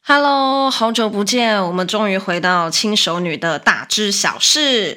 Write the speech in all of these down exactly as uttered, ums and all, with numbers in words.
Hello，好久不见，我们终于回到轻熟女的大知小事。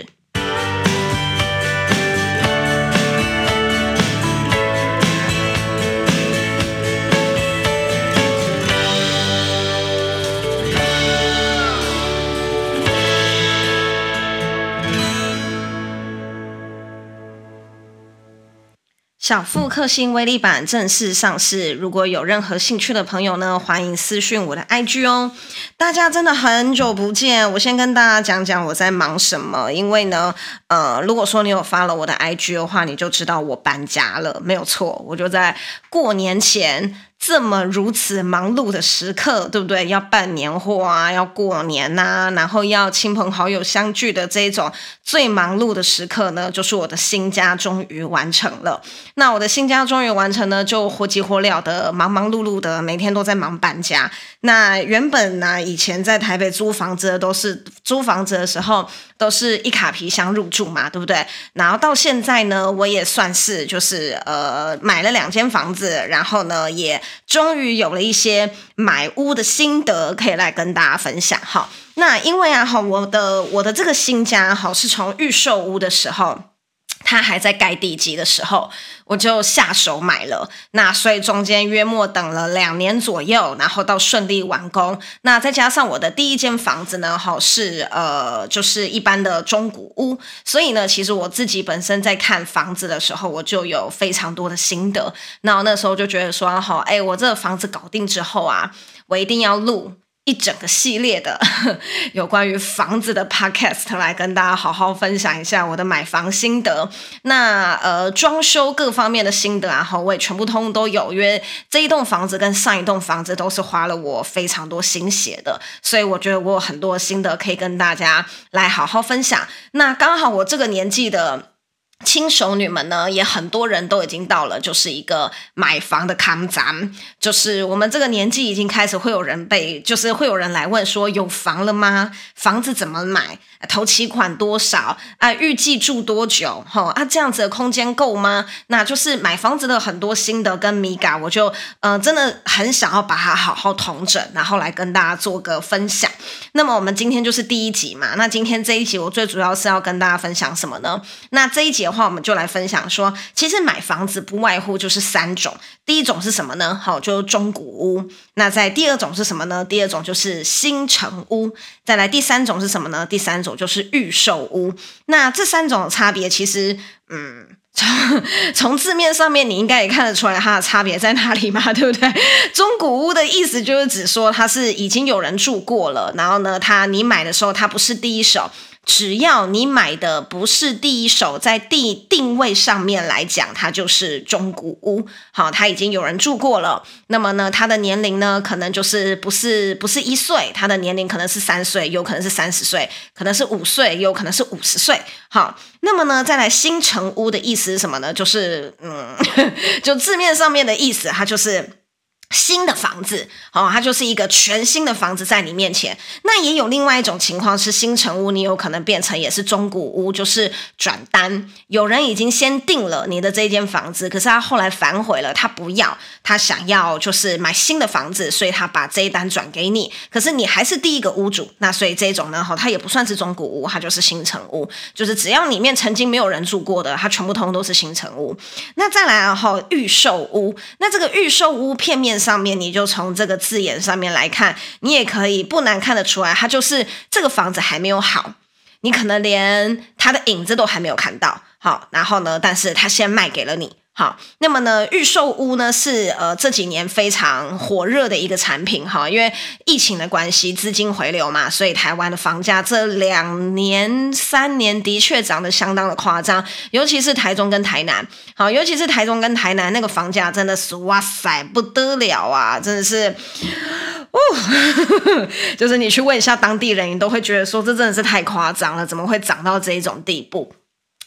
小腹克星威力版正式上市，如果有任何兴趣的朋友呢，欢迎私讯我的 I G 哦。大家真的很久不见，我先跟大家讲讲我在忙什么。因为呢，呃，如果说你有follow我的 I G 的话，你就知道我搬家了，没有错，我就在过年前。这么如此忙碌的时刻，对不对？要办年货啊，要过年啊，然后要亲朋好友相聚的这种最忙碌的时刻呢，就是我的新家终于完成了。那我的新家终于完成呢，就火急火燎的，忙忙碌碌的，每天都在忙搬家。那原本呢，以前在台北租房子的都是租房子的时候，都是一卡皮箱入住嘛，对不对？然后到现在呢，我也算是就是呃买了两间房子，然后呢也。终于有了一些买屋的心得可以来跟大家分享哈。那因为啊，我的我的这个新家哈是从预售屋的时候，它还在盖地基的时候，我就下手买了。那所以中间约莫等了两年左右，然后到顺利完工。那再加上我的第一间房子呢，哈是呃就是一般的中古屋，所以呢，其实我自己本身在看房子的时候，我就有非常多的心得。那我那时候就觉得说，哈，哎，我这个房子搞定之后啊，我一定要录。一整个系列的有关于房子的 podcast 来跟大家好好分享一下我的买房心得。那呃装修各方面的心得啊，我也全部通都有，因为这一栋房子跟上一栋房子都是花了我非常多心血的，所以我觉得我有很多心得可以跟大家来好好分享。那刚好我这个年纪的轻熟女们呢，也很多人都已经到了就是一个买房的坎站，就是我们这个年纪已经开始会有人被，就是会有人来问说有房了吗？房子怎么买？头期款多少啊？预计住多久？哈啊，这样子的空间够吗？那就是买房子的很多心得跟米感，我就呃真的很想要把它好好统整，然后来跟大家做个分享。那么我们今天就是第一集嘛，那今天这一集我最主要是要跟大家分享什么呢？那这一集的话，我们就来分享说，其实买房子不外乎就是三种。第一种是什么呢？好，就是中古屋。那在第二种是什么呢？第二种就是新成屋。再来第三种是什么呢？第三种就是预售屋。那这三种的差别，其实嗯。从从字面上面，你应该也看得出来它的差别在哪里嘛，对不对？中古屋的意思就是指说它是已经有人住过了，然后呢，它你买的时候它不是第一手。只要你买的不是第一手，在地定位上面来讲，它就是中古屋。好，它已经有人住过了。那么呢，它的年龄呢，可能就是不是不是一岁，它的年龄可能是三岁，有可能是三十岁，可能是五岁，有可能是五十岁。好，那么呢，再来新成屋的意思是什么呢？就是嗯，就字面上面的意思，它就是。新的房子，哦，它就是一个全新的房子在你面前。那也有另外一种情况是新成屋，你有可能变成也是中古屋，就是转单。有人已经先订了你的这间房子，可是他后来反悔了，他不要，他想要就是买新的房子，所以他把这一单转给你。可是你还是第一个屋主，那所以这种呢，它也不算是中古屋，它就是新成屋，就是只要里面曾经没有人住过的，它全部通都是新成屋。那再来啊，预售屋，那这个预售屋片面。上面你就从这个字眼上面来看，你也可以不难看得出来，它就是这个房子还没有好，你可能连它的影子都还没有看到，好，然后呢，但是它先卖给了你。好，那么呢，预售屋呢是呃这几年非常火热的一个产品哈，因为疫情的关系，资金回流嘛，所以台湾的房价这两年三年的确涨得相当的夸张，尤其是台中跟台南，好，尤其是台中跟台南那个房价真的是哇塞不得了啊，真的是。哦，就是你去问一下当地人，你都会觉得说这真的是太夸张了，怎么会涨到这一种地步？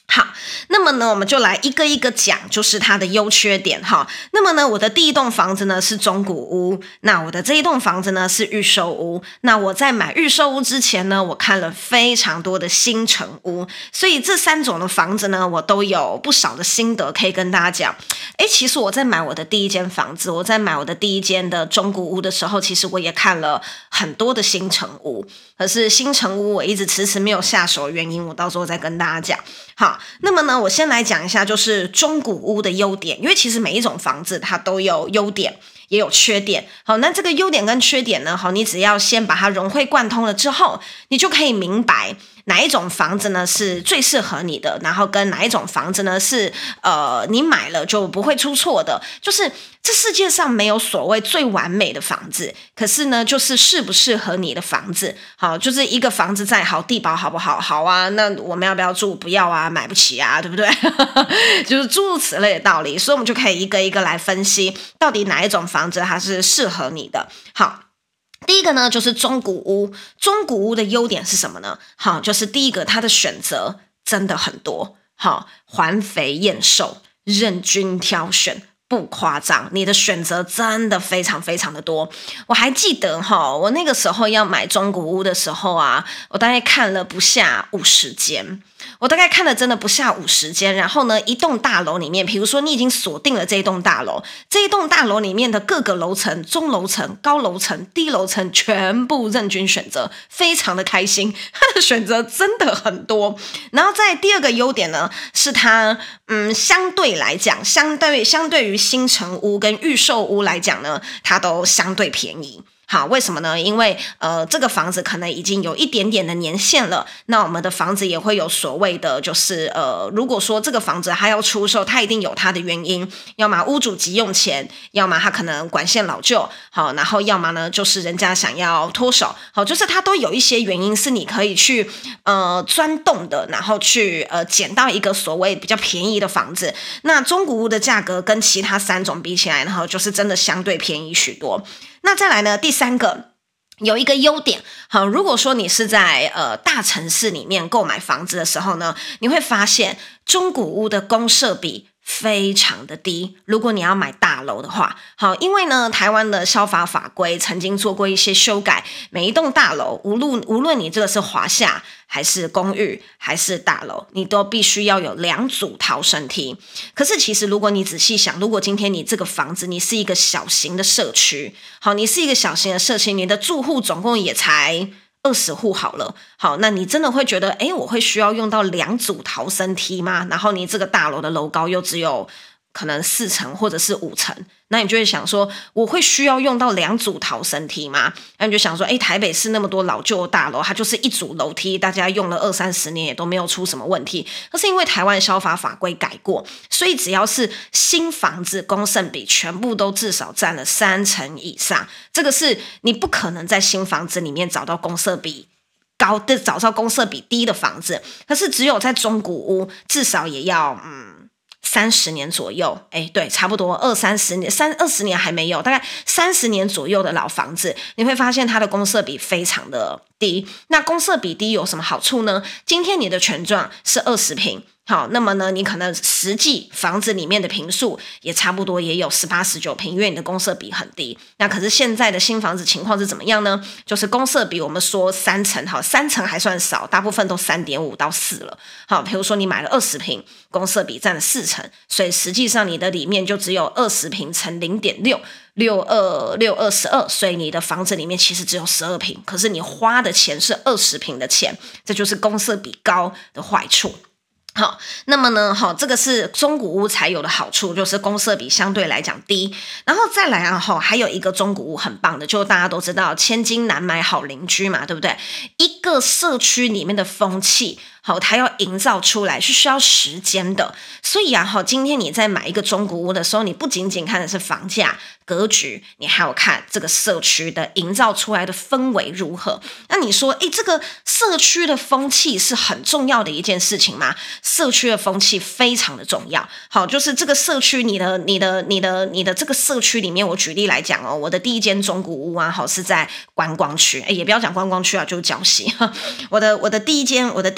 好，那么呢，我们就来一个一个讲，就是它的优缺点哈。那么呢，我的第一栋房子呢是中古屋，那我的这一栋房子呢是预售屋。那我在买预售屋之前呢，我看了非常多的新成屋，所以这三种的房子呢，我都有不少的心得可以跟大家讲。诶，其实我在买我的第一间房子，我在买我的第一间的中古屋的时候，其实我也看了很多的新成屋，可是新成屋我一直迟迟没有下手的原因，我到时候再跟大家讲。好，那么呢，我先来讲一下就是中古屋的优点，因为其实每一种房子它都有优点也有缺点。好，那这个优点跟缺点呢，好，你只要先把它融会贯通了之后，你就可以明白哪一种房子呢是最适合你的，然后跟哪一种房子呢是呃你买了就不会出错的。就是这世界上没有所谓最完美的房子，可是呢就是适不适合你的房子。好，就是一个房子再好，地保好不好？好啊，那我们要不要住？不要啊，买不起啊，对不对？就是诸如此类的道理，所以我们就可以一个一个来分析，到底哪一种房子它是适合你的。好，第一个呢就是中古屋。中古屋的优点是什么呢？好，就是第一个它的选择真的很多，好，环肥燕瘦，任君挑选，不夸张，你的选择真的非常非常的多。我还记得哈，我那个时候要买中古屋的时候啊，我大概看了不下五十间。我大概看了真的不下五十间，然后呢，一栋大楼里面，比如说你已经锁定了这一栋大楼，这一栋大楼里面的各个楼层、中楼层、高楼层、低楼层，全部任君选择，非常的开心，它的选择真的很多。然后在第二个优点呢，是它嗯相对来讲，相对相对于新成屋跟预售屋来讲呢，它都相对便宜。好，为什么呢？因为呃，这个房子可能已经有一点点的年限了，那我们的房子也会有所谓的，就是呃，如果说这个房子还要出售，它一定有它的原因，要么屋主急用钱，要么他可能管线老旧，好，然后要么呢就是人家想要脱手，好，就是它都有一些原因是你可以去呃钻洞的，然后去呃捡到一个所谓比较便宜的房子。那中古屋的价格跟其他三种比起来，然后就是真的相对便宜许多。那再来呢，第三个有一个优点，好，如果说你是在呃大城市里面购买房子的时候呢，你会发现中古屋的公设比非常的低。如果你要买大楼的话，好，因为呢，台湾的消法法规曾经做过一些修改，每一栋大楼，无论无论你这个是华夏还是公寓还是大楼，你都必须要有两组逃生梯。可是其实如果你仔细想，如果今天你这个房子你是一个小型的社区，好，你是一个小型的社区，你的住户总共也才二十户好了，好，那你真的会觉得，诶，我会需要用到两组逃生梯吗？然后你这个大楼的楼高又只有可能四层或者是五层，那你就会想说，我会需要用到两组逃生梯吗？那你就想说，诶，台北市那么多老旧的大楼，它就是一组楼梯，大家用了二三十年也都没有出什么问题。那是因为台湾消法法规改过，所以只要是新房子公设比全部都至少占了三成以上，这个是你不可能在新房子里面找到公设比高的，找到公设比低的房子。可是只有在中古屋，至少也要嗯。三十年左右，哎，对，差不多二三十年，三二十年还没有，大概三十年左右的老房子，你会发现它的公设比非常的低。那公设比低有什么好处呢？今天你的权状是二十坪，好，那么呢，你可能实际房子里面的坪数也差不多也有十八、十九坪，因为你的公设比很低。那可是现在的新房子情况是怎么样呢？就是公设比我们说三成，好，三成还算少，大部分都三点五到四了。好，比如说你买了二十坪，公设比占了四成，所以实际上你的里面就只有二十坪乘零点六。六二六二十二，所以你的房子里面其实只有十二坪，可是你花的钱是二十坪的钱，这就是公设比高的坏处。好，那么呢，好，这个是中古屋才有的好处，就是公设比相对来讲低。然后再来啊，哈，还有一个中古屋很棒的，就大家都知道，千金难买好邻居嘛，对不对？一个社区里面的风气，好，它要营造出来是需要时间的。所以啊，好，今天你在买一个中古屋的时候，你不仅仅看的是房价格局，你还要看这个社区的营造出来的氛围如何。那你说，诶，这个社区的风气是很重要的一件事情吗？社区的风气非常的重要。好，就是这个社区，你的、你的、你的、你的这个社区里面，我举例来讲哦，我的第一间中古屋啊，好是在观光区，诶，也不要讲观光区啊，就是礁溪。我的我的第一间，我的第一间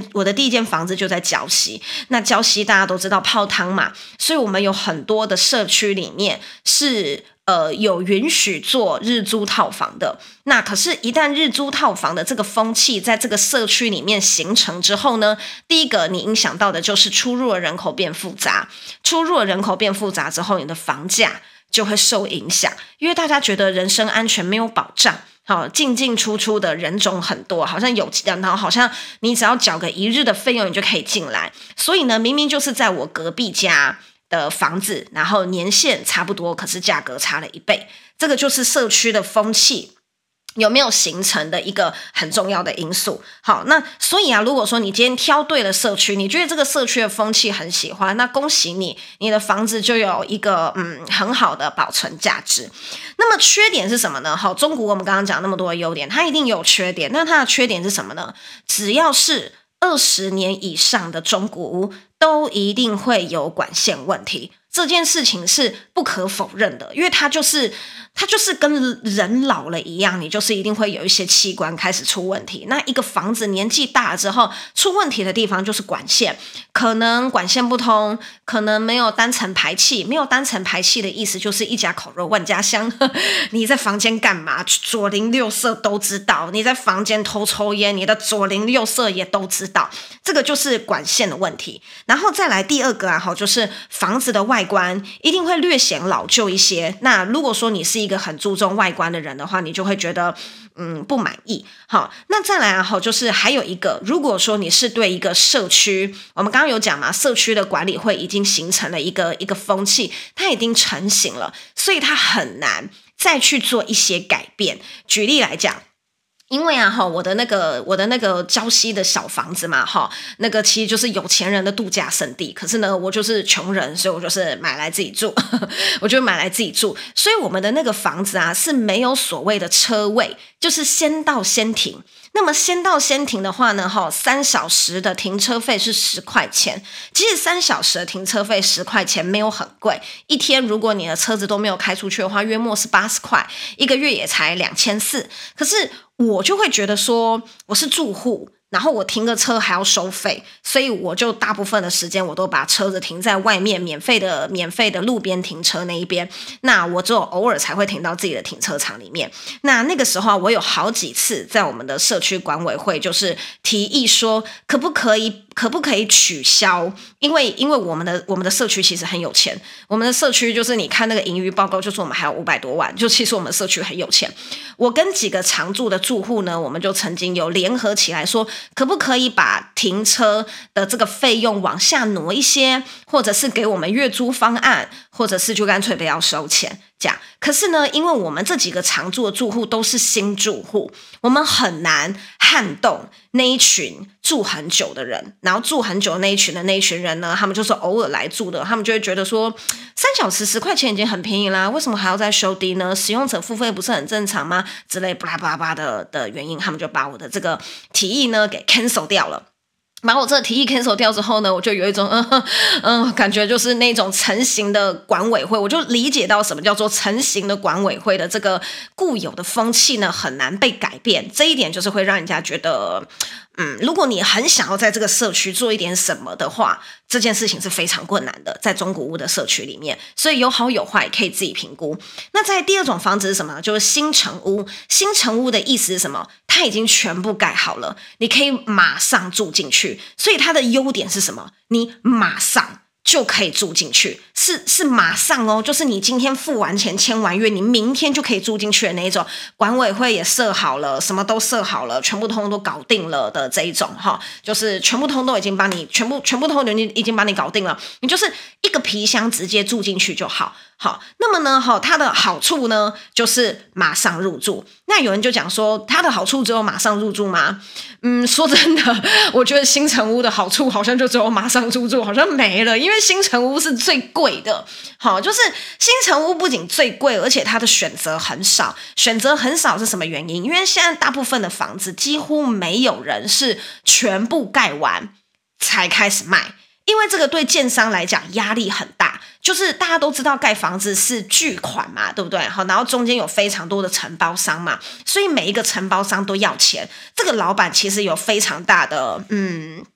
间我的第一间房子就在礁溪，那礁溪大家都知道泡汤嘛，所以我们有很多的社区里面是呃有允许做日租套房的。那可是，一旦日租套房的这个风气在这个社区里面形成之后呢，第一个你影响到的就是出入的人口变复杂，出入的人口变复杂之后，你的房价就会受影响，因为大家觉得人身安全没有保障。好，进进出出的人种很多，好像有，然后好像你只要缴个一日的费用，你就可以进来。所以呢，明明就是在我隔壁家的房子，然后年限差不多，可是价格差了一倍，这个就是社区的风气有没有形成的一个很重要的因素。好，那所以啊，如果说你今天挑对了社区，你觉得这个社区的风气很喜欢，那恭喜你，你的房子就有一个嗯很好的保存价值。那么缺点是什么呢？好，中古我们刚刚讲那么多的优点，它一定有缺点。那它的缺点是什么呢？只要是二十年以上的中古屋，都一定会有管线问题。这件事情是不可否认的，因为它就是它就是跟人老了一样，你就是一定会有一些器官开始出问题。那一个房子年纪大了之后，出问题的地方就是管线，可能管线不通，可能没有单层排气。没有单层排气的意思就是一家口肉万家香。你在房间干嘛？左邻右舍都知道。你在房间偷抽烟，你的左邻右舍也都知道。这个就是管线的问题。然后再来第二个啊，就是房子的外观一定会略显老旧一些。那如果说你是一个很注重外观的人的话，你就会觉得嗯不满意。好，那再来啊，就是还有一个，如果说你是对一个社区，我们刚刚有讲嘛，社区的管理会已经形成了一个一个风气，它已经成型了，所以它很难再去做一些改变。举例来讲。因为啊哈，我的那个我的那个礁溪的小房子嘛哈，那个其实就是有钱人的度假胜地。可是呢，我就是穷人，所以我就是买来自己住，我就买来自己住。所以我们的那个房子啊是没有所谓的车位，就是先到先停。那么先到先停的话呢，哈，三小时的停车费是十块钱。其实三小时的停车费十块钱没有很贵，一天如果你的车子都没有开出去的话，约莫是八十块，一个月也才两千四。可是我就会觉得说，我是住户，然后我停个车还要收费，所以我就大部分的时间我都把车子停在外面免费的免费的路边停车那一边。那我只有偶尔才会停到自己的停车场里面。那那个时候我有好几次在我们的社区管委会就是提议说，可不可以可不可以取消？因为因为我们的我们的社区其实很有钱，我们的社区就是你看那个盈余报告，就是我们还有五百多万，就其实我们社区很有钱。我跟几个常住的住户呢，我们就曾经有联合起来说，可不可以把停车的这个费用往下挪一些，或者是给我们月租方案，或者是就干脆不要收钱这样。可是呢，因为我们这几个常住的住户都是新住户，我们很难撼动那一群住很久的人。然后住很久的那一群的那一群人呢，他们就是偶尔来住的，他们就会觉得说，三小时十块钱已经很便宜啦，为什么还要再收低呢？使用者付费不是很正常吗？之类巴拉巴拉巴的的原因，他们就把我的这个提议呢给 cancel 掉了。把我这个提议 cancel 掉之后呢，我就有一种嗯嗯感觉，就是那种成型的管委会，我就理解到什么叫做成型的管委会的这个固有的风气呢，很难被改变。这一点就是会让人家觉得，嗯，如果你很想要在这个社区做一点什么的话，这件事情是非常困难的，在中古屋的社区里面，所以有好有坏，可以自己评估。那在第二种房子是什么？就是新成屋。新成屋的意思是什么？它已经全部盖好了，你可以马上住进去。所以它的优点是什么？你马上就可以住进去，是是马上哦，就是你今天付完钱签完约，你明天就可以住进去的那一种。管委会也设好了，什么都设好了，全部通通都搞定了的这一种哈，就是全部通都已经帮你，全部全部通都已经帮你搞定了，你就是一个皮箱直接住进去就好。好，那么呢，哈，它的好处呢，就是马上入住。那有人就讲说，它的好处只有马上入住吗？嗯，说真的，我觉得新成屋的好处好像就只有马上入住，好像没了，因为新成屋是最贵的。好，就是新成屋不仅最贵，而且它的选择很少。选择很少是什么原因？因为现在大部分的房子几乎没有人是全部盖完才开始卖。因为这个对建商来讲压力很大，就是大家都知道盖房子是巨款嘛，对不对？好，然后中间有非常多的承包商嘛，所以每一个承包商都要钱。这个老板其实有非常大的嗯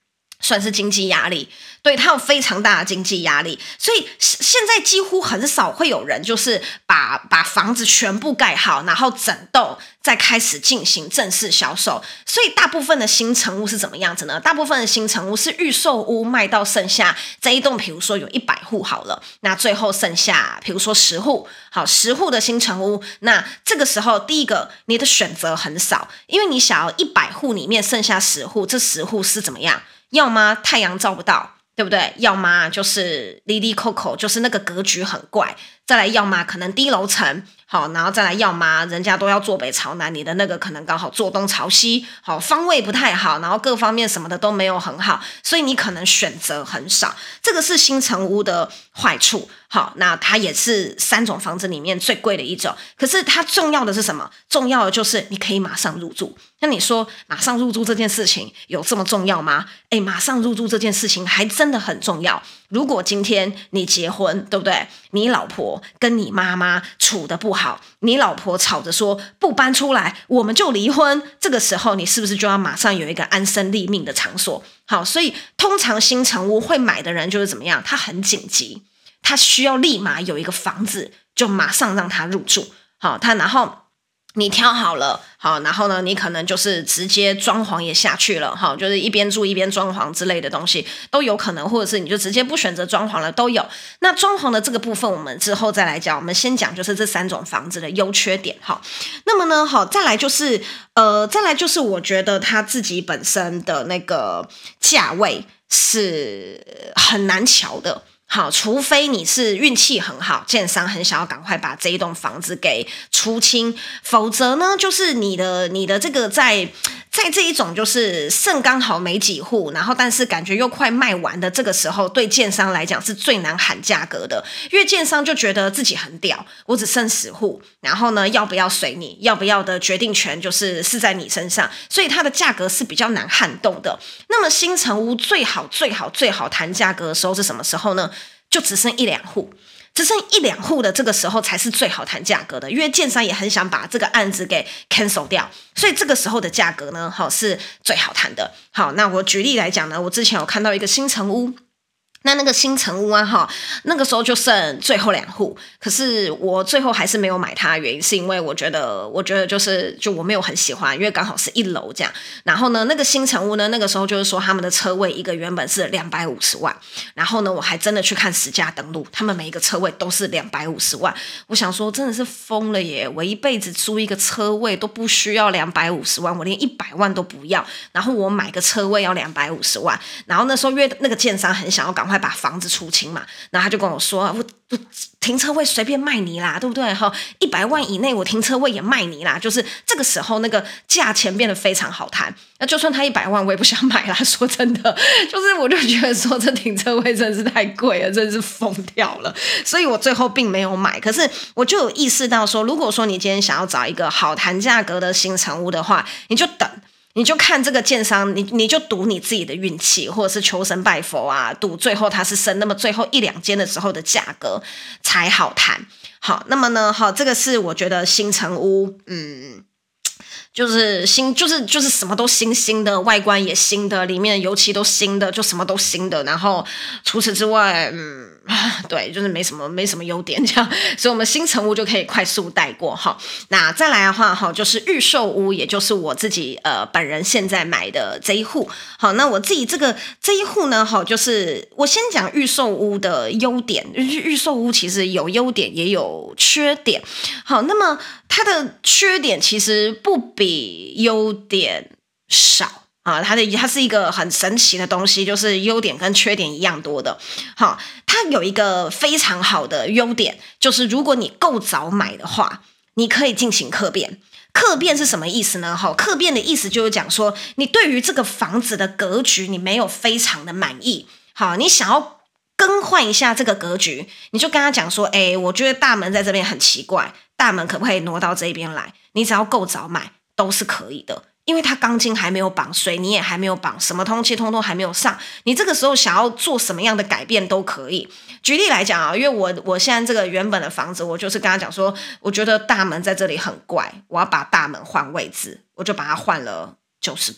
算是经济压力，对，他有非常大的经济压力，所以现在几乎很少会有人就是把把房子全部盖好，然后整栋再开始进行正式销售。所以大部分的新成屋是怎么样子呢？大部分的新成屋是预售屋卖到剩下这一栋，比如说有一百户好了，那最后剩下比如说十户，好，十户的新成屋，那这个时候第一个你的选择很少，因为你想要一百户里面剩下十户，这十户是怎么样？要么太阳照不到，对不对？要么就是离离扣扣，就是那个格局很怪。再来，要么可能低楼层，好，然后再来，要么人家都要坐北朝南，你的那个可能刚好坐东朝西，好，方位不太好，然后各方面什么的都没有很好，所以你可能选择很少。这个是新成屋的坏处。好，那它也是三种房子里面最贵的一种。可是它重要的是什么？重要的就是你可以马上入住。那你说马上入住这件事情有这么重要吗？诶，马上入住这件事情还真的很重要。如果今天你结婚，对不对？你老婆跟你妈妈处得不好，你老婆吵着说不搬出来我们就离婚，这个时候你是不是就要马上有一个安身立命的场所？好，所以通常新成屋会买的人就是怎么样？他很紧急，他需要立马有一个房子，就马上让他入住。好，他然后你挑好了，好，然后呢，你可能就是直接装潢也下去了，哈，就是一边住一边装潢之类的东西都有可能，或者是你就直接不选择装潢了都有。那装潢的这个部分我们之后再来讲，我们先讲就是这三种房子的优缺点，哈。那么呢，好，再来就是呃，再来就是我觉得它自己本身的那个价位是很难瞧的。好，除非你是运气很好，建商很想要赶快把这一栋房子给出清，否则呢，就是你的你的这个在在这一种就是剩刚好没几户，然后但是感觉又快卖完的这个时候，对建商来讲是最难喊价格的，因为建商就觉得自己很屌，我只剩十户，然后呢，要不要随你，要不要的决定权就是是在你身上，所以它的价格是比较难撼动的。那么新成屋最好最好最好谈价格的时候是什么时候呢？就只剩一两户，只剩一两户的这个时候才是最好谈价格的，因为建商也很想把这个案子给 cancel 掉，所以这个时候的价格呢，好是最好谈的。好，那我举例来讲呢，我之前有看到一个新成屋。那那个新成屋啊，哈，那个时候就剩最后两户，可是我最后还是没有买它，原因是因为我觉得，我觉得就是就我没有很喜欢，因为刚好是一楼这样。然后呢，那个新成屋呢，那个时候就是说他们的车位一个原本是两百五十万，然后呢，我还真的去看实价登录，他们每一个车位都是两百五十万。我想说真的是疯了耶！我一辈子租一个车位都不需要两百五十万，我连一百万都不要，然后我买个车位要两百五十万，然后那时候因为那个建商很想要赶快把房子出清嘛，然后他就跟我说，我我停车位随便卖你啦，对不对？哈，一百万以内我停车位也卖你啦。就是这个时候那个价钱变得非常好谈。那就算他一百万，我也不想买啦。说真的，就是我就觉得说这停车位真的是太贵了，真的是疯掉了。所以我最后并没有买。可是我就有意识到说，如果说你今天想要找一个好谈价格的新成屋的话，你就等。你就看这个建商，你你就赌你自己的运气，或者是求神拜佛啊，赌最后它是升，那么最后一两间的时候的价格才好谈。好，那么呢，好，这个是我觉得新成屋，嗯。就是新，就是就是什么都新新的，外观也新的，里面的油漆都新的，就什么都新的。然后除此之外，嗯，对，就是没什么没什么优点这样，所以我们新成屋就可以快速带过哈。那再来的话哈，就是预售屋，也就是我自己呃本人现在买的这一户。好，那我自己这个这一户呢，哈，就是我先讲预售屋的优点。预售屋其实有优点也有缺点。好，那么它的缺点其实不比优点少啊，它的它是一个很神奇的东西，就是优点跟缺点一样多的。好，它有一个非常好的优点，就是如果你够早买的话，你可以进行客变。客变是什么意思呢？哈，客变的意思就是讲说，你对于这个房子的格局你没有非常的满意，好，你想要更换一下这个格局，你就跟他讲说，哎，我觉得大门在这边很奇怪，大门可不可以挪到这边来？你只要够早买都是可以的，因为它钢筋还没有绑，水泥也还没有绑，什么通气通通还没有上，你这个时候想要做什么样的改变都可以。举例来讲啊，因为我我现在这个原本的房子，我就是跟他讲说，我觉得大门在这里很怪，我要把大门换位置，我就把它换了九十度。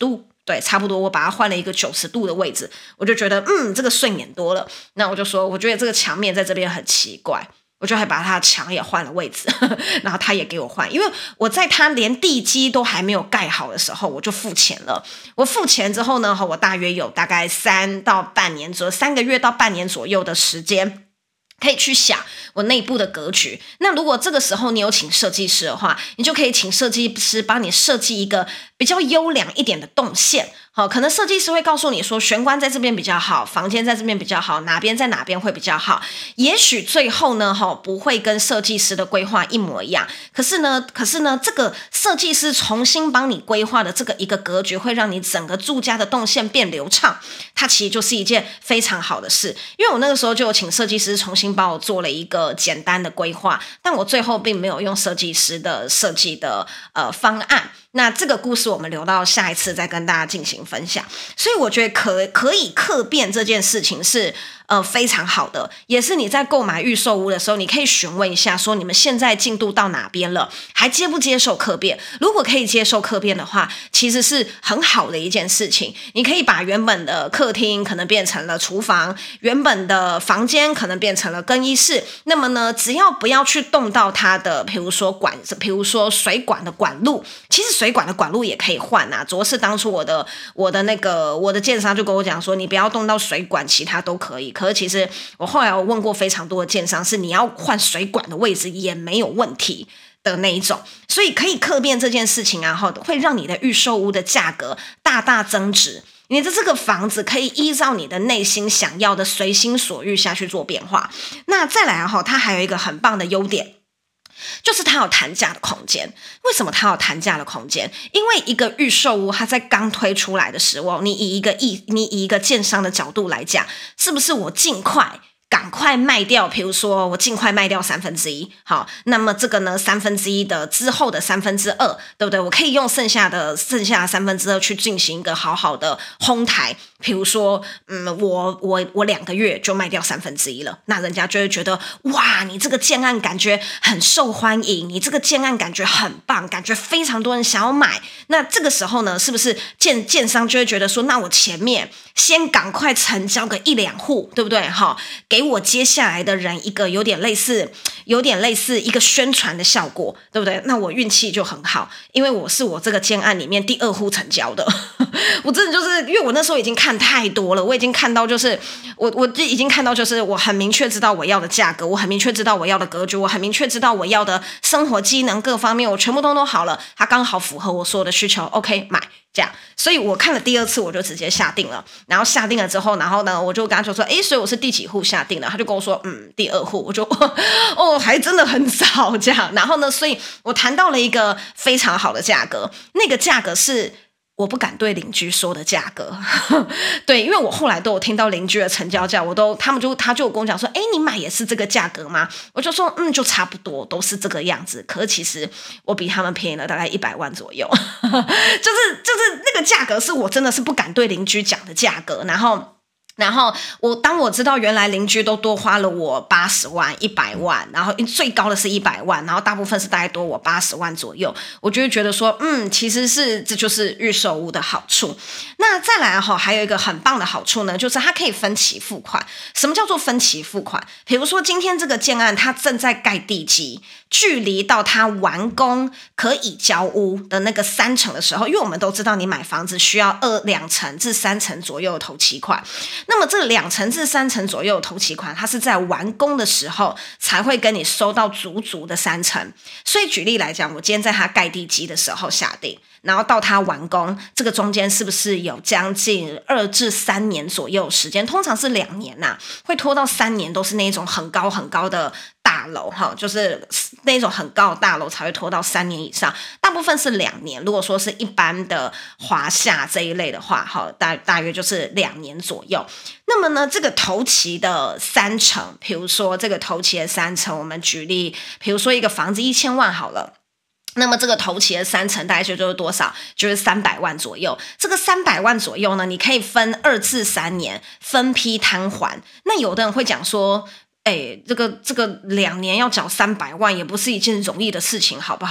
对，差不多我把它换了一个九十度的位置，我就觉得嗯，这个顺眼多了。那我就说，我觉得这个墙面在这边很奇怪，我就还把他的墙也换了位置，然后他也给我换，因为我在他连地基都还没有盖好的时候，我就付钱了。我付钱之后呢，我大约有大概三到半年左右，三个月到半年左右的时间。可以去想我内部的格局。那如果这个时候你有请设计师的话，你就可以请设计师帮你设计一个比较优良一点的动线。好，可能设计师会告诉你说，玄关在这边比较好，房间在这边比较好，哪边在哪边会比较好。也许最后呢，哈，不会跟设计师的规划一模一样。可是呢，可是呢，这个设计师重新帮你规划的这个一个格局，会让你整个住家的动线变流畅。它其实就是一件非常好的事。因为我那个时候就有请设计师重新帮我做了一个简单的规划，但我最后并没有用设计师的设计的呃方案。那这个故事我们留到下一次再跟大家进行分享。所以我觉得可可以客变这件事情是呃非常好的，也是你在购买预售屋的时候，你可以询问一下说你们现在进度到哪边了，还接不接受客变？如果可以接受客变的话，其实是很好的一件事情。你可以把原本的客厅可能变成了厨房，原本的房间可能变成了更衣室。那么呢，只要不要去动到它的，比如说管，比如说水管的管路，其实水管的管路也可以换啊。主要是当初我的我的那个我的建商就跟我讲说，你不要动到水管，其他都可以。可是其实我后来我问过非常多的建商，是你要换水管的位置也没有问题的那一种。所以可以客变这件事情啊，会让你的预售屋的价格大大增值。你的这个房子可以依照你的内心想要的随心所欲下去做变化。那再来啊，它还有一个很棒的优点，就是它有谈价的空间。为什么它有谈价的空间？因为一个预售屋它在刚推出来的时候，你以一个一你以一个建商的角度来讲，是不是我尽快赶快卖掉，比如说我尽快卖掉三分之一，好，那么这个呢，三分之一的之后的三分之二，对不对？我可以用剩下的剩下的三分之二去进行一个好好的烘台，比如说，嗯，我我我两个月就卖掉三分之一了，那人家就会觉得，哇，你这个建案感觉很受欢迎，你这个建案感觉很棒，感觉非常多人想要买。那这个时候呢，是不是建建商就会觉得说，那我前面先赶快成交个一两户，对不对？哈，给我接下来的人一个有点类似，有点类似一个宣传的效果，对不对？那我运气就很好，因为我是我这个建案里面第二户成交的。我真的就是因为我那时候已经看太多了，我已经看到就是我我已经看到就是我很明确知道我要的价格，我很明确知道我要的格局，我很明确知道我要的生活机能各方面，我全部都都好了，它刚好符合我所有的需求 OK 买这样。所以我看了第二次我就直接下定了，然后下定了之后，然后呢我就跟他说诶，所以我是第几户下定的？他就跟我说嗯第二户。我就哦还真的很早这样。然后呢所以我谈到了一个非常好的价格，那个价格是我不敢对邻居说的价格。对，因为我后来都有听到邻居的成交价，我都他们就他就有跟我讲说，哎，你买也是这个价格吗？我就说，嗯，就差不多都是这个样子。可是其实我比他们便宜了大概一百万左右，就是就是那个价格是我真的是不敢对邻居讲的价格，然后。然后我当我知道原来邻居都多花了我八十万、一百万，然后最高的是一百万，然后大部分是大概多我八十万左右，我就会觉得说，嗯，其实是这就是预售屋的好处。那再来哈，还有一个很棒的好处呢，就是它可以分期付款。什么叫做分期付款？比如说今天这个建案它正在盖地基，距离到它完工可以交屋的那个三成的时候，因为我们都知道你买房子需要二两成至三成左右的头期款。那么这两成至三成左右的头期款，它是在完工的时候才会跟你收到足足的三成。所以举例来讲，我今天在它盖地基的时候下定，然后到它完工，这个中间是不是有将近二至三年左右时间？通常是两年呐、啊，会拖到三年，都是那种很高很高的大楼哈，就是那种很高的大楼才会拖到三年以上，大部分是两年。如果说是一般的华夏这一类的话，哈，大大约就是两年左右。那么呢，这个头期的三成，比如说这个头期的三成，我们举例，比如说一个房子一千万好了。那么这个头期的三成大概就是多少？就是三百万左右。这个三百万左右呢，你可以分二至三年分批摊还。那有的人会讲说，哎，这个这个两年要缴三百万，也不是一件容易的事情，好不好？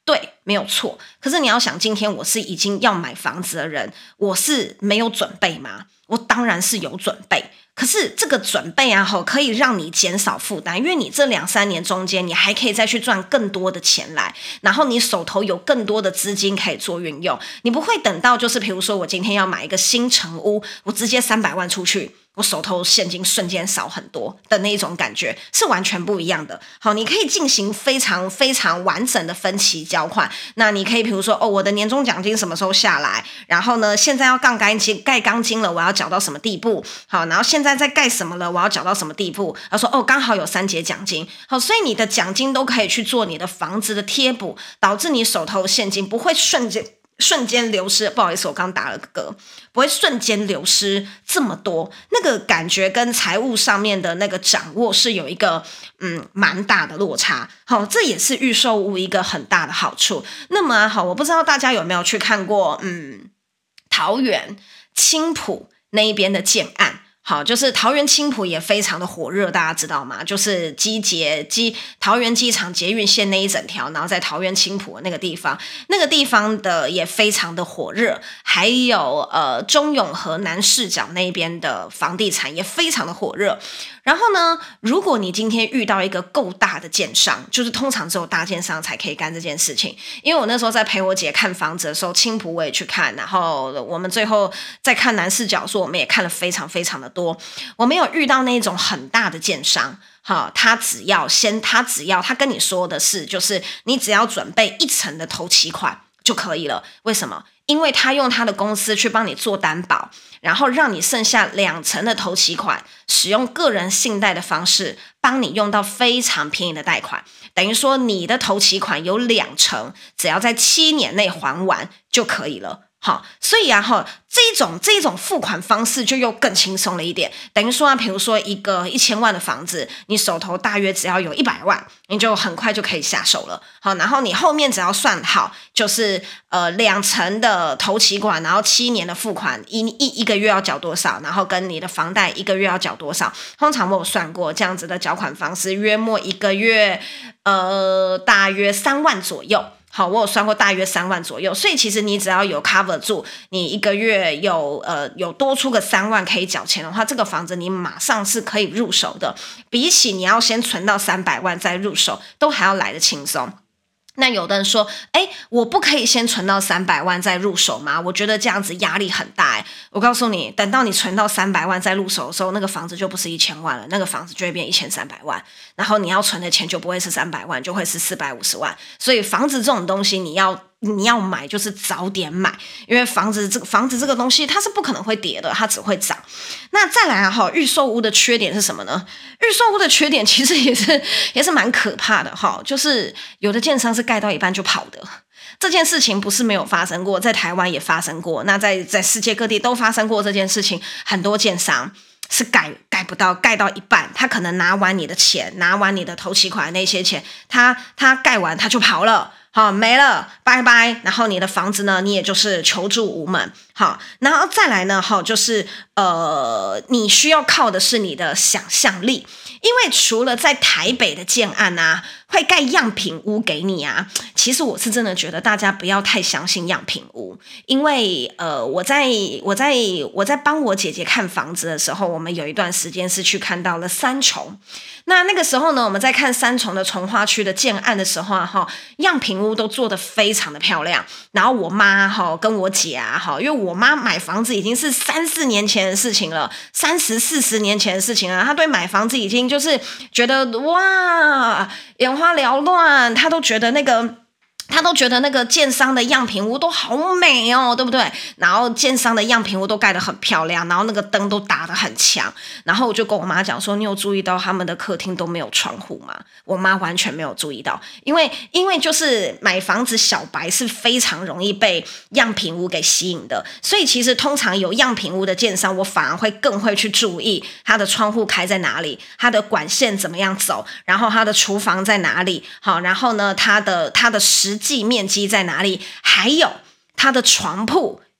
对，没有错。可是你要想，今天我是已经要买房子的人，我是没有准备吗？我当然是有准备。可是这个准备啊，可以让你减少负担，因为你这两三年中间，你还可以再去赚更多的钱来，然后你手头有更多的资金可以做运用，你不会等到就是比如说我今天要买一个新成屋，我直接三百万出去，我手头现金瞬间少很多的那种感觉，是完全不一样的。好，你可以进行非常非常完整的分期交款。那你可以比如说，哦，我的年终奖金什么时候下来？然后呢，现在要杠杆金盖钢筋了，我要缴到什么地步？好，然后现在在盖什么了？我要缴到什么地步？他说，哦，刚好有三节奖金。好，所以你的奖金都可以去做你的房子的贴补，导致你手头现金不会瞬间。瞬间流失，不好意思，我刚打了个嗝，不会瞬间流失这么多，那个感觉跟财务上面的那个掌握是有一个嗯蛮大的落差。好，这也是预售屋一个很大的好处。那么好，我不知道大家有没有去看过嗯桃园青埔那一边的建案。好，就是桃园青埔也非常的火热，大家知道吗？就是机捷机桃园机场捷运线那一整条，然后在桃园青埔那个地方，那个地方的也非常的火热。还有呃中永和南市角那边的房地产也非常的火热。然后呢，如果你今天遇到一个够大的建商，就是通常只有大建商才可以干这件事情。因为我那时候在陪我姐看房子的时候，青埔我也去看，然后我们最后在看南市角的时候，我们也看了非常非常的多。我没有遇到那种很大的建商，好，他只要先，他只要他跟你说的是，就是你只要准备一成的头期款就可以了。为什么？因为他用他的公司去帮你做担保，然后让你剩下两成的头期款，使用个人信贷的方式帮你用到非常便宜的贷款，等于说你的头期款有两成，只要在七年内还完就可以了。好，所以啊，哈，这种这种付款方式就又更轻松了一点。等于说啊，比如说一个一千万的房子，你手头大约只要有一百万，你就很快就可以下手了。好，然后你后面只要算好，就是呃两成的头期款，然后七年的付款，一一一个月要缴多少，然后跟你的房贷一个月要缴多少。通常我有算过这样子的缴款方式，约莫一个月呃大约三万左右。好，我有算过大约三万左右，所以其实你只要有 cover 住，你一个月有呃有多出个三万可以缴钱的话，这个房子你马上是可以入手的，比起你要先存到三百万再入手，都还要来得轻松。那有的人说，哎，我不可以先存到三百万再入手吗？我觉得这样子压力很大。哎，我告诉你，等到你存到三百万再入手的时候，那个房子就不是一千万了，那个房子就会变一千三百万，然后你要存的钱就不会是三百万，就会是四百五十万。所以房子这种东西，你要你要买就是早点买，因为房子这个房子这个东西它是不可能会跌的，它只会涨。那再来啊，预售屋的缺点是什么呢？预售屋的缺点其实也是也是蛮可怕的哈，就是有的建商是盖到一半就跑的。这件事情不是没有发生过，在台湾也发生过，那在在世界各地都发生过这件事情。很多建商是盖盖不到，盖到一半，他可能拿完你的钱，拿完你的头期款那些钱，他他盖完他就跑了。好，没了，拜拜。然后你的房子呢，你也就是求助无门。好，然后再来呢，哈，就是呃，你需要靠的是你的想象力，因为除了在台北的建案啊，会盖样品屋给你啊，其实我是真的觉得大家不要太相信样品屋，因为呃，我在我在我在帮我姐姐看房子的时候，我们有一段时间是去看到了三重。那那个时候呢，我们在看三重的重划区的建案的时候啊，哈，样品屋都做得非常的漂亮。然后我妈哈跟我姐啊哈，因为我妈买房子已经是三四年前的事情了，三十四十年前的事情了，她对买房子已经就是觉得哇眼花缭乱，她都觉得那个。他都觉得那个建商的样品屋都好美哦，对不对？然后建商的样品屋都盖得很漂亮，然后那个灯都打得很强。然后我就跟我妈讲说，你有注意到他们的客厅都没有窗户吗？我妈完全没有注意到，因为因为就是买房子小白是非常容易被样品屋给吸引的，所以其实通常有样品屋的建商，我反而会更会去注意他的窗户开在哪里，他的管线怎么样走，然后他的厨房在哪里，好，然后呢，他的他的实实际面积在哪里？还有它的床铺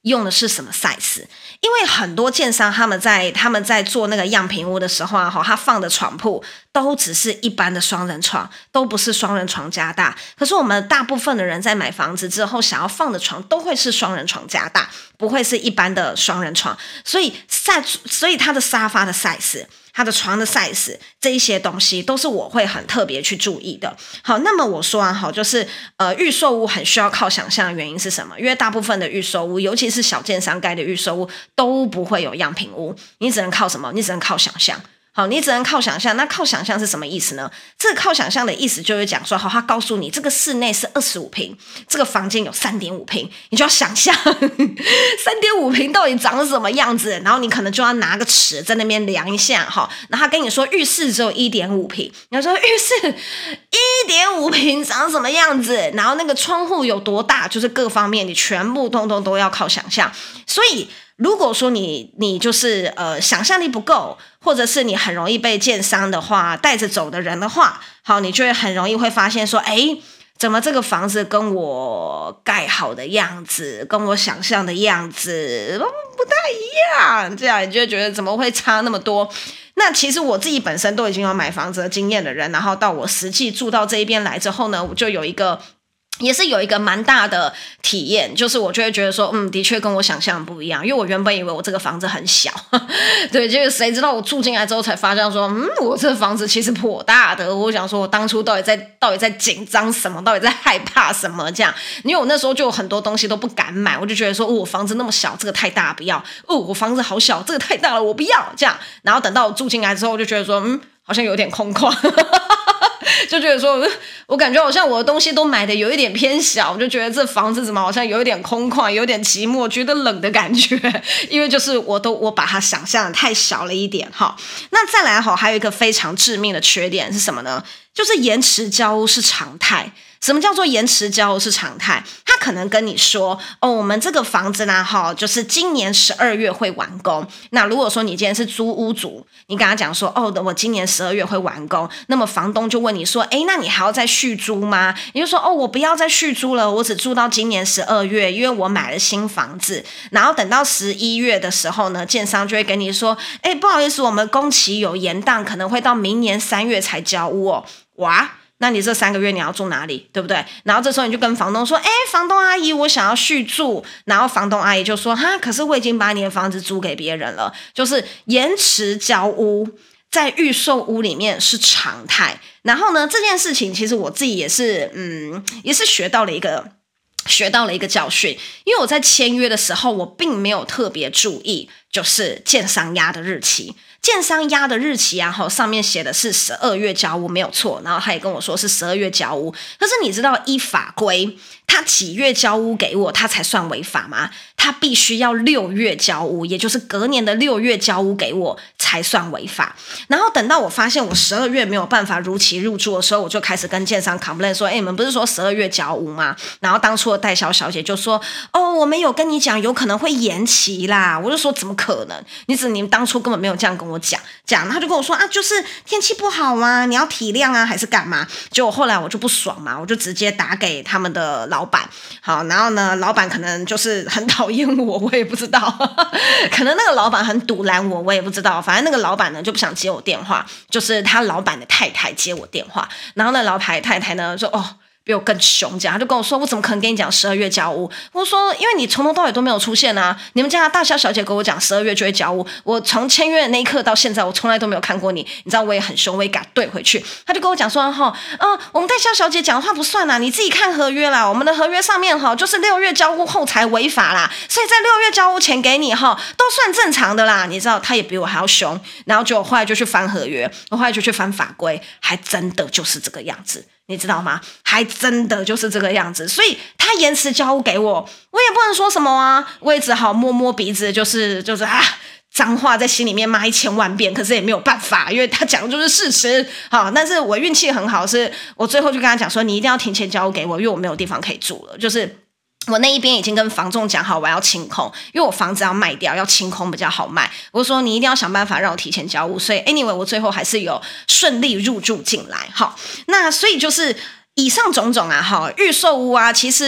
用的是什么 size？ 因为很多建商他们在他们在做那个样品屋的时候啊，他放的床铺都只是一般的双人床，都不是双人床加大。可是我们大部分的人在买房子之后，想要放的床都会是双人床加大，不会是一般的双人床。所以在所以它的沙发的 size。它的床的 size 这一些东西都是我会很特别去注意的。好，那么我说啊，好，就是呃，预售屋很需要靠想象的原因是什么？因为大部分的预售屋，尤其是小建商盖的预售屋，都不会有样品屋，你只能靠什么？你只能靠想象。好，你只能靠想象。那靠想象是什么意思呢？这个靠想象的意思就是讲说，好，他告诉你这个室内是二十五平，这个房间有三点五平，你就要想象三点五平到底长什么样子，然后你可能就要拿个尺在那边量一下，哈。然后他跟你说浴室只有一点五平，你要说浴室一点五平长什么样子，然后那个窗户有多大，就是各方面你全部通通都要靠想象。所以如果说你你就是呃想象力不够，或者是你很容易被建商的话带着走的人的话，好，你就会很容易会发现说，哎，怎么这个房子跟我盖好的样子，跟我想象的样子不太一样，这样你就会觉得怎么会差那么多？那其实我自己本身都已经有买房子的经验的人，然后到我实际住到这一边来之后呢，我就有一个。也是有一个蛮大的体验，就是我就会觉得说，嗯，的确跟我想象不一样，因为我原本以为我这个房子很小，对，就是谁知道我住进来之后才发现说，嗯，我这个房子其实颇大的。我想说，我当初到底在到底在紧张什么，到底在害怕什么这样？因为我那时候就有很多东西都不敢买，我就觉得说，哦，我房子那么小，这个太大不要；哦，我房子好小，这个太大了，我不要这样。然后等到我住进来之后，我就觉得说，嗯，好像有点空旷。就觉得说，我感觉好像我的东西都买的有一点偏小，我就觉得这房子怎么好像有一点空旷，有点寂寞，觉得冷的感觉，因为就是我都我把它想象的太小了一点哈。那再来哈，还有一个非常致命的缺点是什么呢？就是延迟交屋是常态。什么叫做延迟交屋是常态？他可能跟你说，哦，我们这个房子呢，哈，就是今年十二月会完工。那如果说你今天是租屋族，你跟他讲说，哦，我今年十二月会完工，那么房东就问你说，哎，那你还要再续租吗？你就说，哦，我不要再续租了，我只租到今年十二月，因为我买了新房子。然后等到十一月的时候呢，建商就会跟你说，哎，不好意思，我们工期有延宕，可能会到明年三月才交屋哦。哇！那你这三个月你要住哪里，对不对？然后这时候你就跟房东说，哎，房东阿姨，我想要续住。然后房东阿姨就说，哈，可是我已经把你的房子租给别人了。就是延迟交屋在预售屋里面是常态。然后呢，这件事情其实我自己也是，嗯，也是学到了一个。学到了一个教训，因为我在签约的时候，我并没有特别注意，就是建商压的日期。建商压的日期啊，哈，上面写的是十二月交屋，没有错。然后他也跟我说是十二月交屋，可是你知道依法规，他几月交屋给我，他才算违法吗？他必须要六月交屋，也就是隔年的六月交屋给我才算违法。然后等到我发现我十二月没有办法如期入住的时候，我就开始跟建商 complain 说，哎，你们不是说十二月交屋吗？然后当初的代销小姐就说，哦，我们有跟你讲有可能会延期啦。我就说怎么可能？你只你当初根本没有这样跟我讲讲，他就跟我说啊，就是天气不好啊，你要体谅啊，还是干嘛？结果后来我就不爽嘛，我就直接打给他们的老板。好，然后呢，老板可能就是很讨厌我，我也不知道，可能那个老板很堵拦我，我也不知道。反正那个老板呢就不想接我电话，就是他老板的太太接我电话，然后那老板太太呢说，哦。比我更凶，这样他就跟我说，我怎么可能跟你讲十二月交屋？我说，因为你从头到尾都没有出现啊！你们家的大销小姐跟我讲十二月就会交屋，我从签约的那一刻到现在，我从来都没有看过你。你知道我也很凶，我也敢对回去。他就跟我讲说，哈，嗯，我们代销小姐讲的话不算啦，你自己看合约啦。我们的合约上面哈，就是六月交屋后才违法啦，所以在六月交屋前给你哈，都算正常的啦。你知道他也比我还要凶，然后就后来就去翻合约，我后来就去翻法规，还真的就是这个样子。你知道吗？还真的就是这个样子，所以他延迟交屋给我，我也不能说什么啊，我也只好摸摸鼻子，就是就是啊，脏话在心里面骂一千万遍，可是也没有办法，因为他讲的就是事实。好，但是我运气很好，是我最后就跟他讲说，你一定要提前交屋给我，因为我没有地方可以住了，就是。我那一边已经跟房仲讲好，我要清空，因为我房子要卖掉，要清空比较好卖。我说你一定要想办法让我提前交屋，所以 anyway 我最后还是有顺利入住进来。好，那所以就是以上种种啊，哈，预售屋啊，其实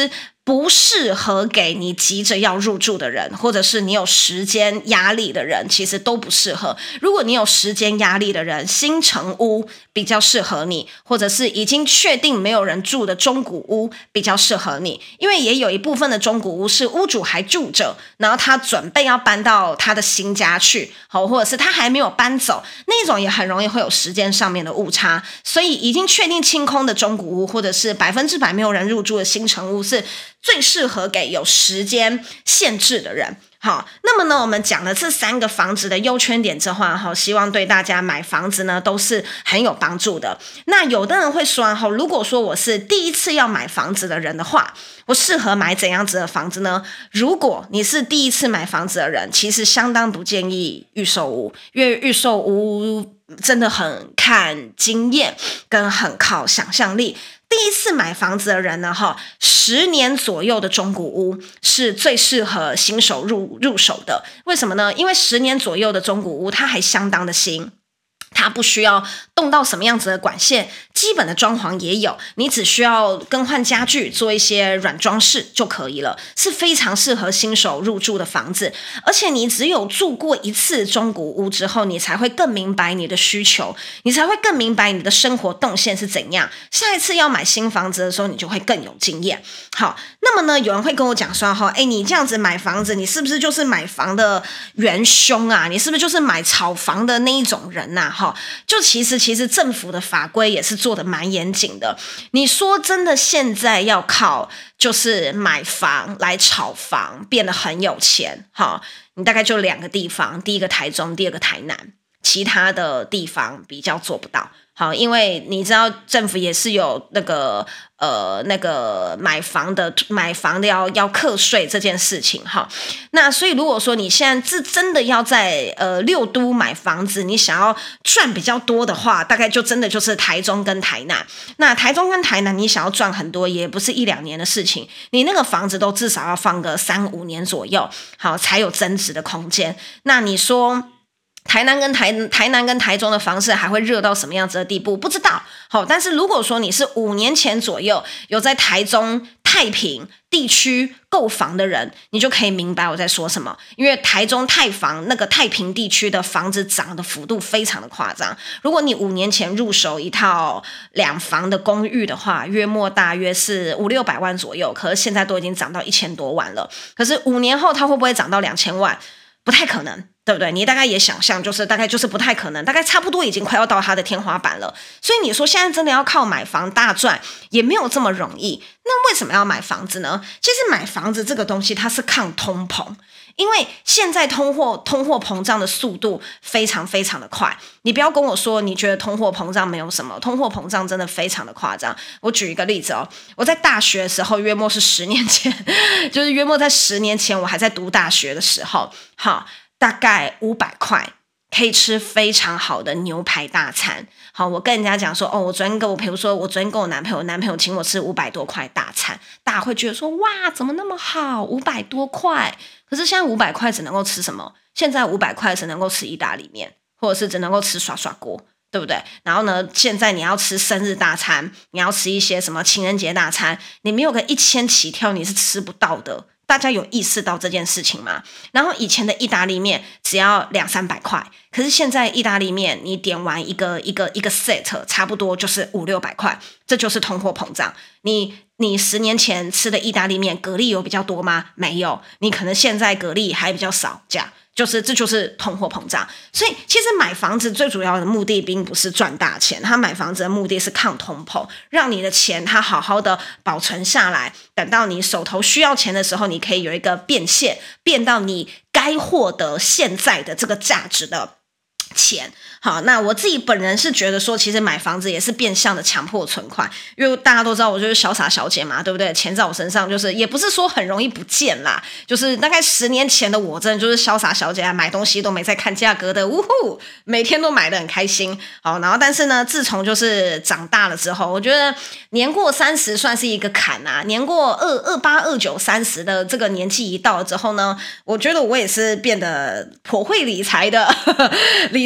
不适合给你急着要入住的人，或者是你有时间压力的人，其实都不适合。如果你有时间压力的人，新成屋比较适合你，或者是已经确定没有人住的中古屋比较适合你，因为也有一部分的中古屋是屋主还住着，然后他准备要搬到他的新家去，或者是他还没有搬走，那种也很容易会有时间上面的误差。所以已经确定清空的中古屋，或者是百分之百没有人入住的新成屋，是最适合给有时间限制的人。好，那么呢，我们讲了这三个房子的优缺点之后，哈，希望对大家买房子呢都是很有帮助的。那有的人会说，哈，如果说我是第一次要买房子的人的话，我适合买怎样子的房子呢？如果你是第一次买房子的人，其实相当不建议预售屋，因为预售屋真的很看经验，跟很靠想象力。第一次买房子的人呢，哈，十年左右的中古屋是最适合新手入入手的。为什么呢？因为十年左右的中古屋，它还相当的新。它不需要动到什么样子的管线，基本的装潢也有，你只需要更换家具，做一些软装饰就可以了，是非常适合新手入住的房子。而且你只有住过一次中古屋之后，你才会更明白你的需求，你才会更明白你的生活动线是怎样。下一次要买新房子的时候，你就会更有经验。好，那么呢，有人会跟我讲说，哈，哎，你这样子买房子，你是不是就是买房的元凶啊？你是不是就是买炒房的那一种人呐、啊？就其实其实政府的法规也是做得蛮严谨的。你说真的，现在要靠就是买房来炒房变得很有钱，哈，你大概就两个地方，第一个台中，第二个台南，其他的地方比较做不到。好，因为你知道政府也是有那个呃那个买房的买房的要要课税这件事情哈。那所以如果说你现在是真的要在呃六都买房子，你想要赚比较多的话，大概就真的就是台中跟台南。那台中跟台南你想要赚很多，也不是一两年的事情，你那个房子都至少要放个三五年左右，好才有增值的空间。那你说台南跟台台南跟台中的房市还会热到什么样子的地步？不知道。好，但是如果说你是五年前左右有在台中太平地区购房的人，你就可以明白我在说什么。因为台中太房那个太平地区的房子涨的幅度非常的夸张。如果你五年前入手一套两房的公寓的话，约莫大约是五六百万左右，可是现在都已经涨到一千多万了。可是五年后它会不会涨到两千万？不太可能。对不对？你大概也想象，就是大概就是不太可能，大概差不多已经快要到它的天花板了。所以你说现在真的要靠买房大赚，也没有这么容易。那为什么要买房子呢？其实买房子这个东西它是抗通膨，因为现在通货通货膨胀的速度非常非常的快。你不要跟我说你觉得通货膨胀没有什么，通货膨胀真的非常的夸张。我举一个例子哦，我在大学的时候，约莫是十年前，就是约莫在十年前，我还在读大学的时候，好。大概五百块可以吃非常好的牛排大餐。好，我跟人家讲说，哦，我昨天跟我，比如说我昨天跟我男朋友，男朋友请我吃五百多块大餐，大家会觉得说，哇，怎么那么好，五百多块？可是现在五百块只能够吃什么？现在五百块只能够吃意大利面，或者是只能够吃刷刷锅，对不对？然后呢，现在你要吃生日大餐，你要吃一些什么情人节大餐，你没有个一千起跳，你是吃不到的。大家有意识到这件事情吗？然后以前的意大利面只要两三百块，可是现在意大利面你点完一个一个一个 set， 差不多就是五六百块，这就是通货膨胀。你你十年前吃的意大利面，蛤蜊有比较多吗？没有，你可能现在蛤蜊还比较少，这样。就是这就是通货膨胀。所以其实买房子最主要的目的并不是赚大钱，他买房子的目的是抗通膨，让你的钱它好好的保存下来，等到你手头需要钱的时候，你可以有一个变现，变到你该获得现在的这个价值的钱。好，那我自己本人是觉得说，其实买房子也是变相的强迫存款，因为大家都知道我就是潇洒小姐嘛，对不对？钱在我身上就是也不是说很容易不见啦，就是大概十年前的我真的就是潇洒小姐啊，买东西都没在看价格的，呜呼，每天都买得很开心。好，然后但是呢，自从就是长大了之后，我觉得年过三十算是一个坎啊，年过二二八二九三十的这个年纪一到了之后呢，我觉得我也是变得颇会理财的，理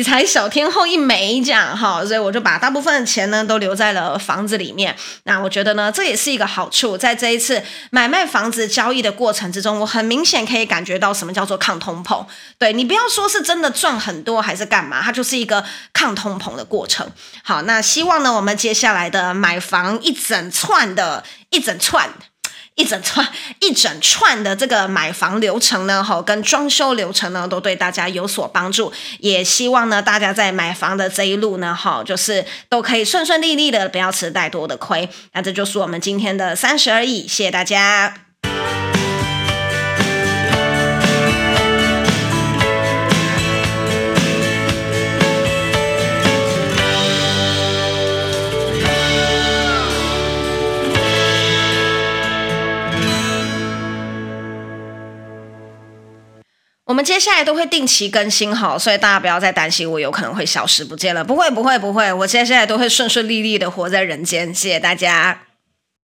理财小天后一枚这样哈，所以我就把大部分的钱呢都留在了房子里面。那我觉得呢，这也是一个好处，在这一次买卖房子交易的过程之中，我很明显可以感觉到什么叫做抗通膨。对，你不要说是真的赚很多还是干嘛，它就是一个抗通膨的过程。好，那希望呢，我们接下来的买房一整串的一整串。一整串一整串的这个买房流程呢，跟装修流程呢，都对大家有所帮助。也希望呢，大家在买房的这一路呢，就是都可以顺顺利利的，不要吃太多的亏。那这就是我们今天的三十而已，谢谢大家。我们接下来都会定期更新哈，所以大家不要再担心我有可能会消失不见了，不会不会不会，我接下来都会顺顺利利的活在人间，谢谢大家。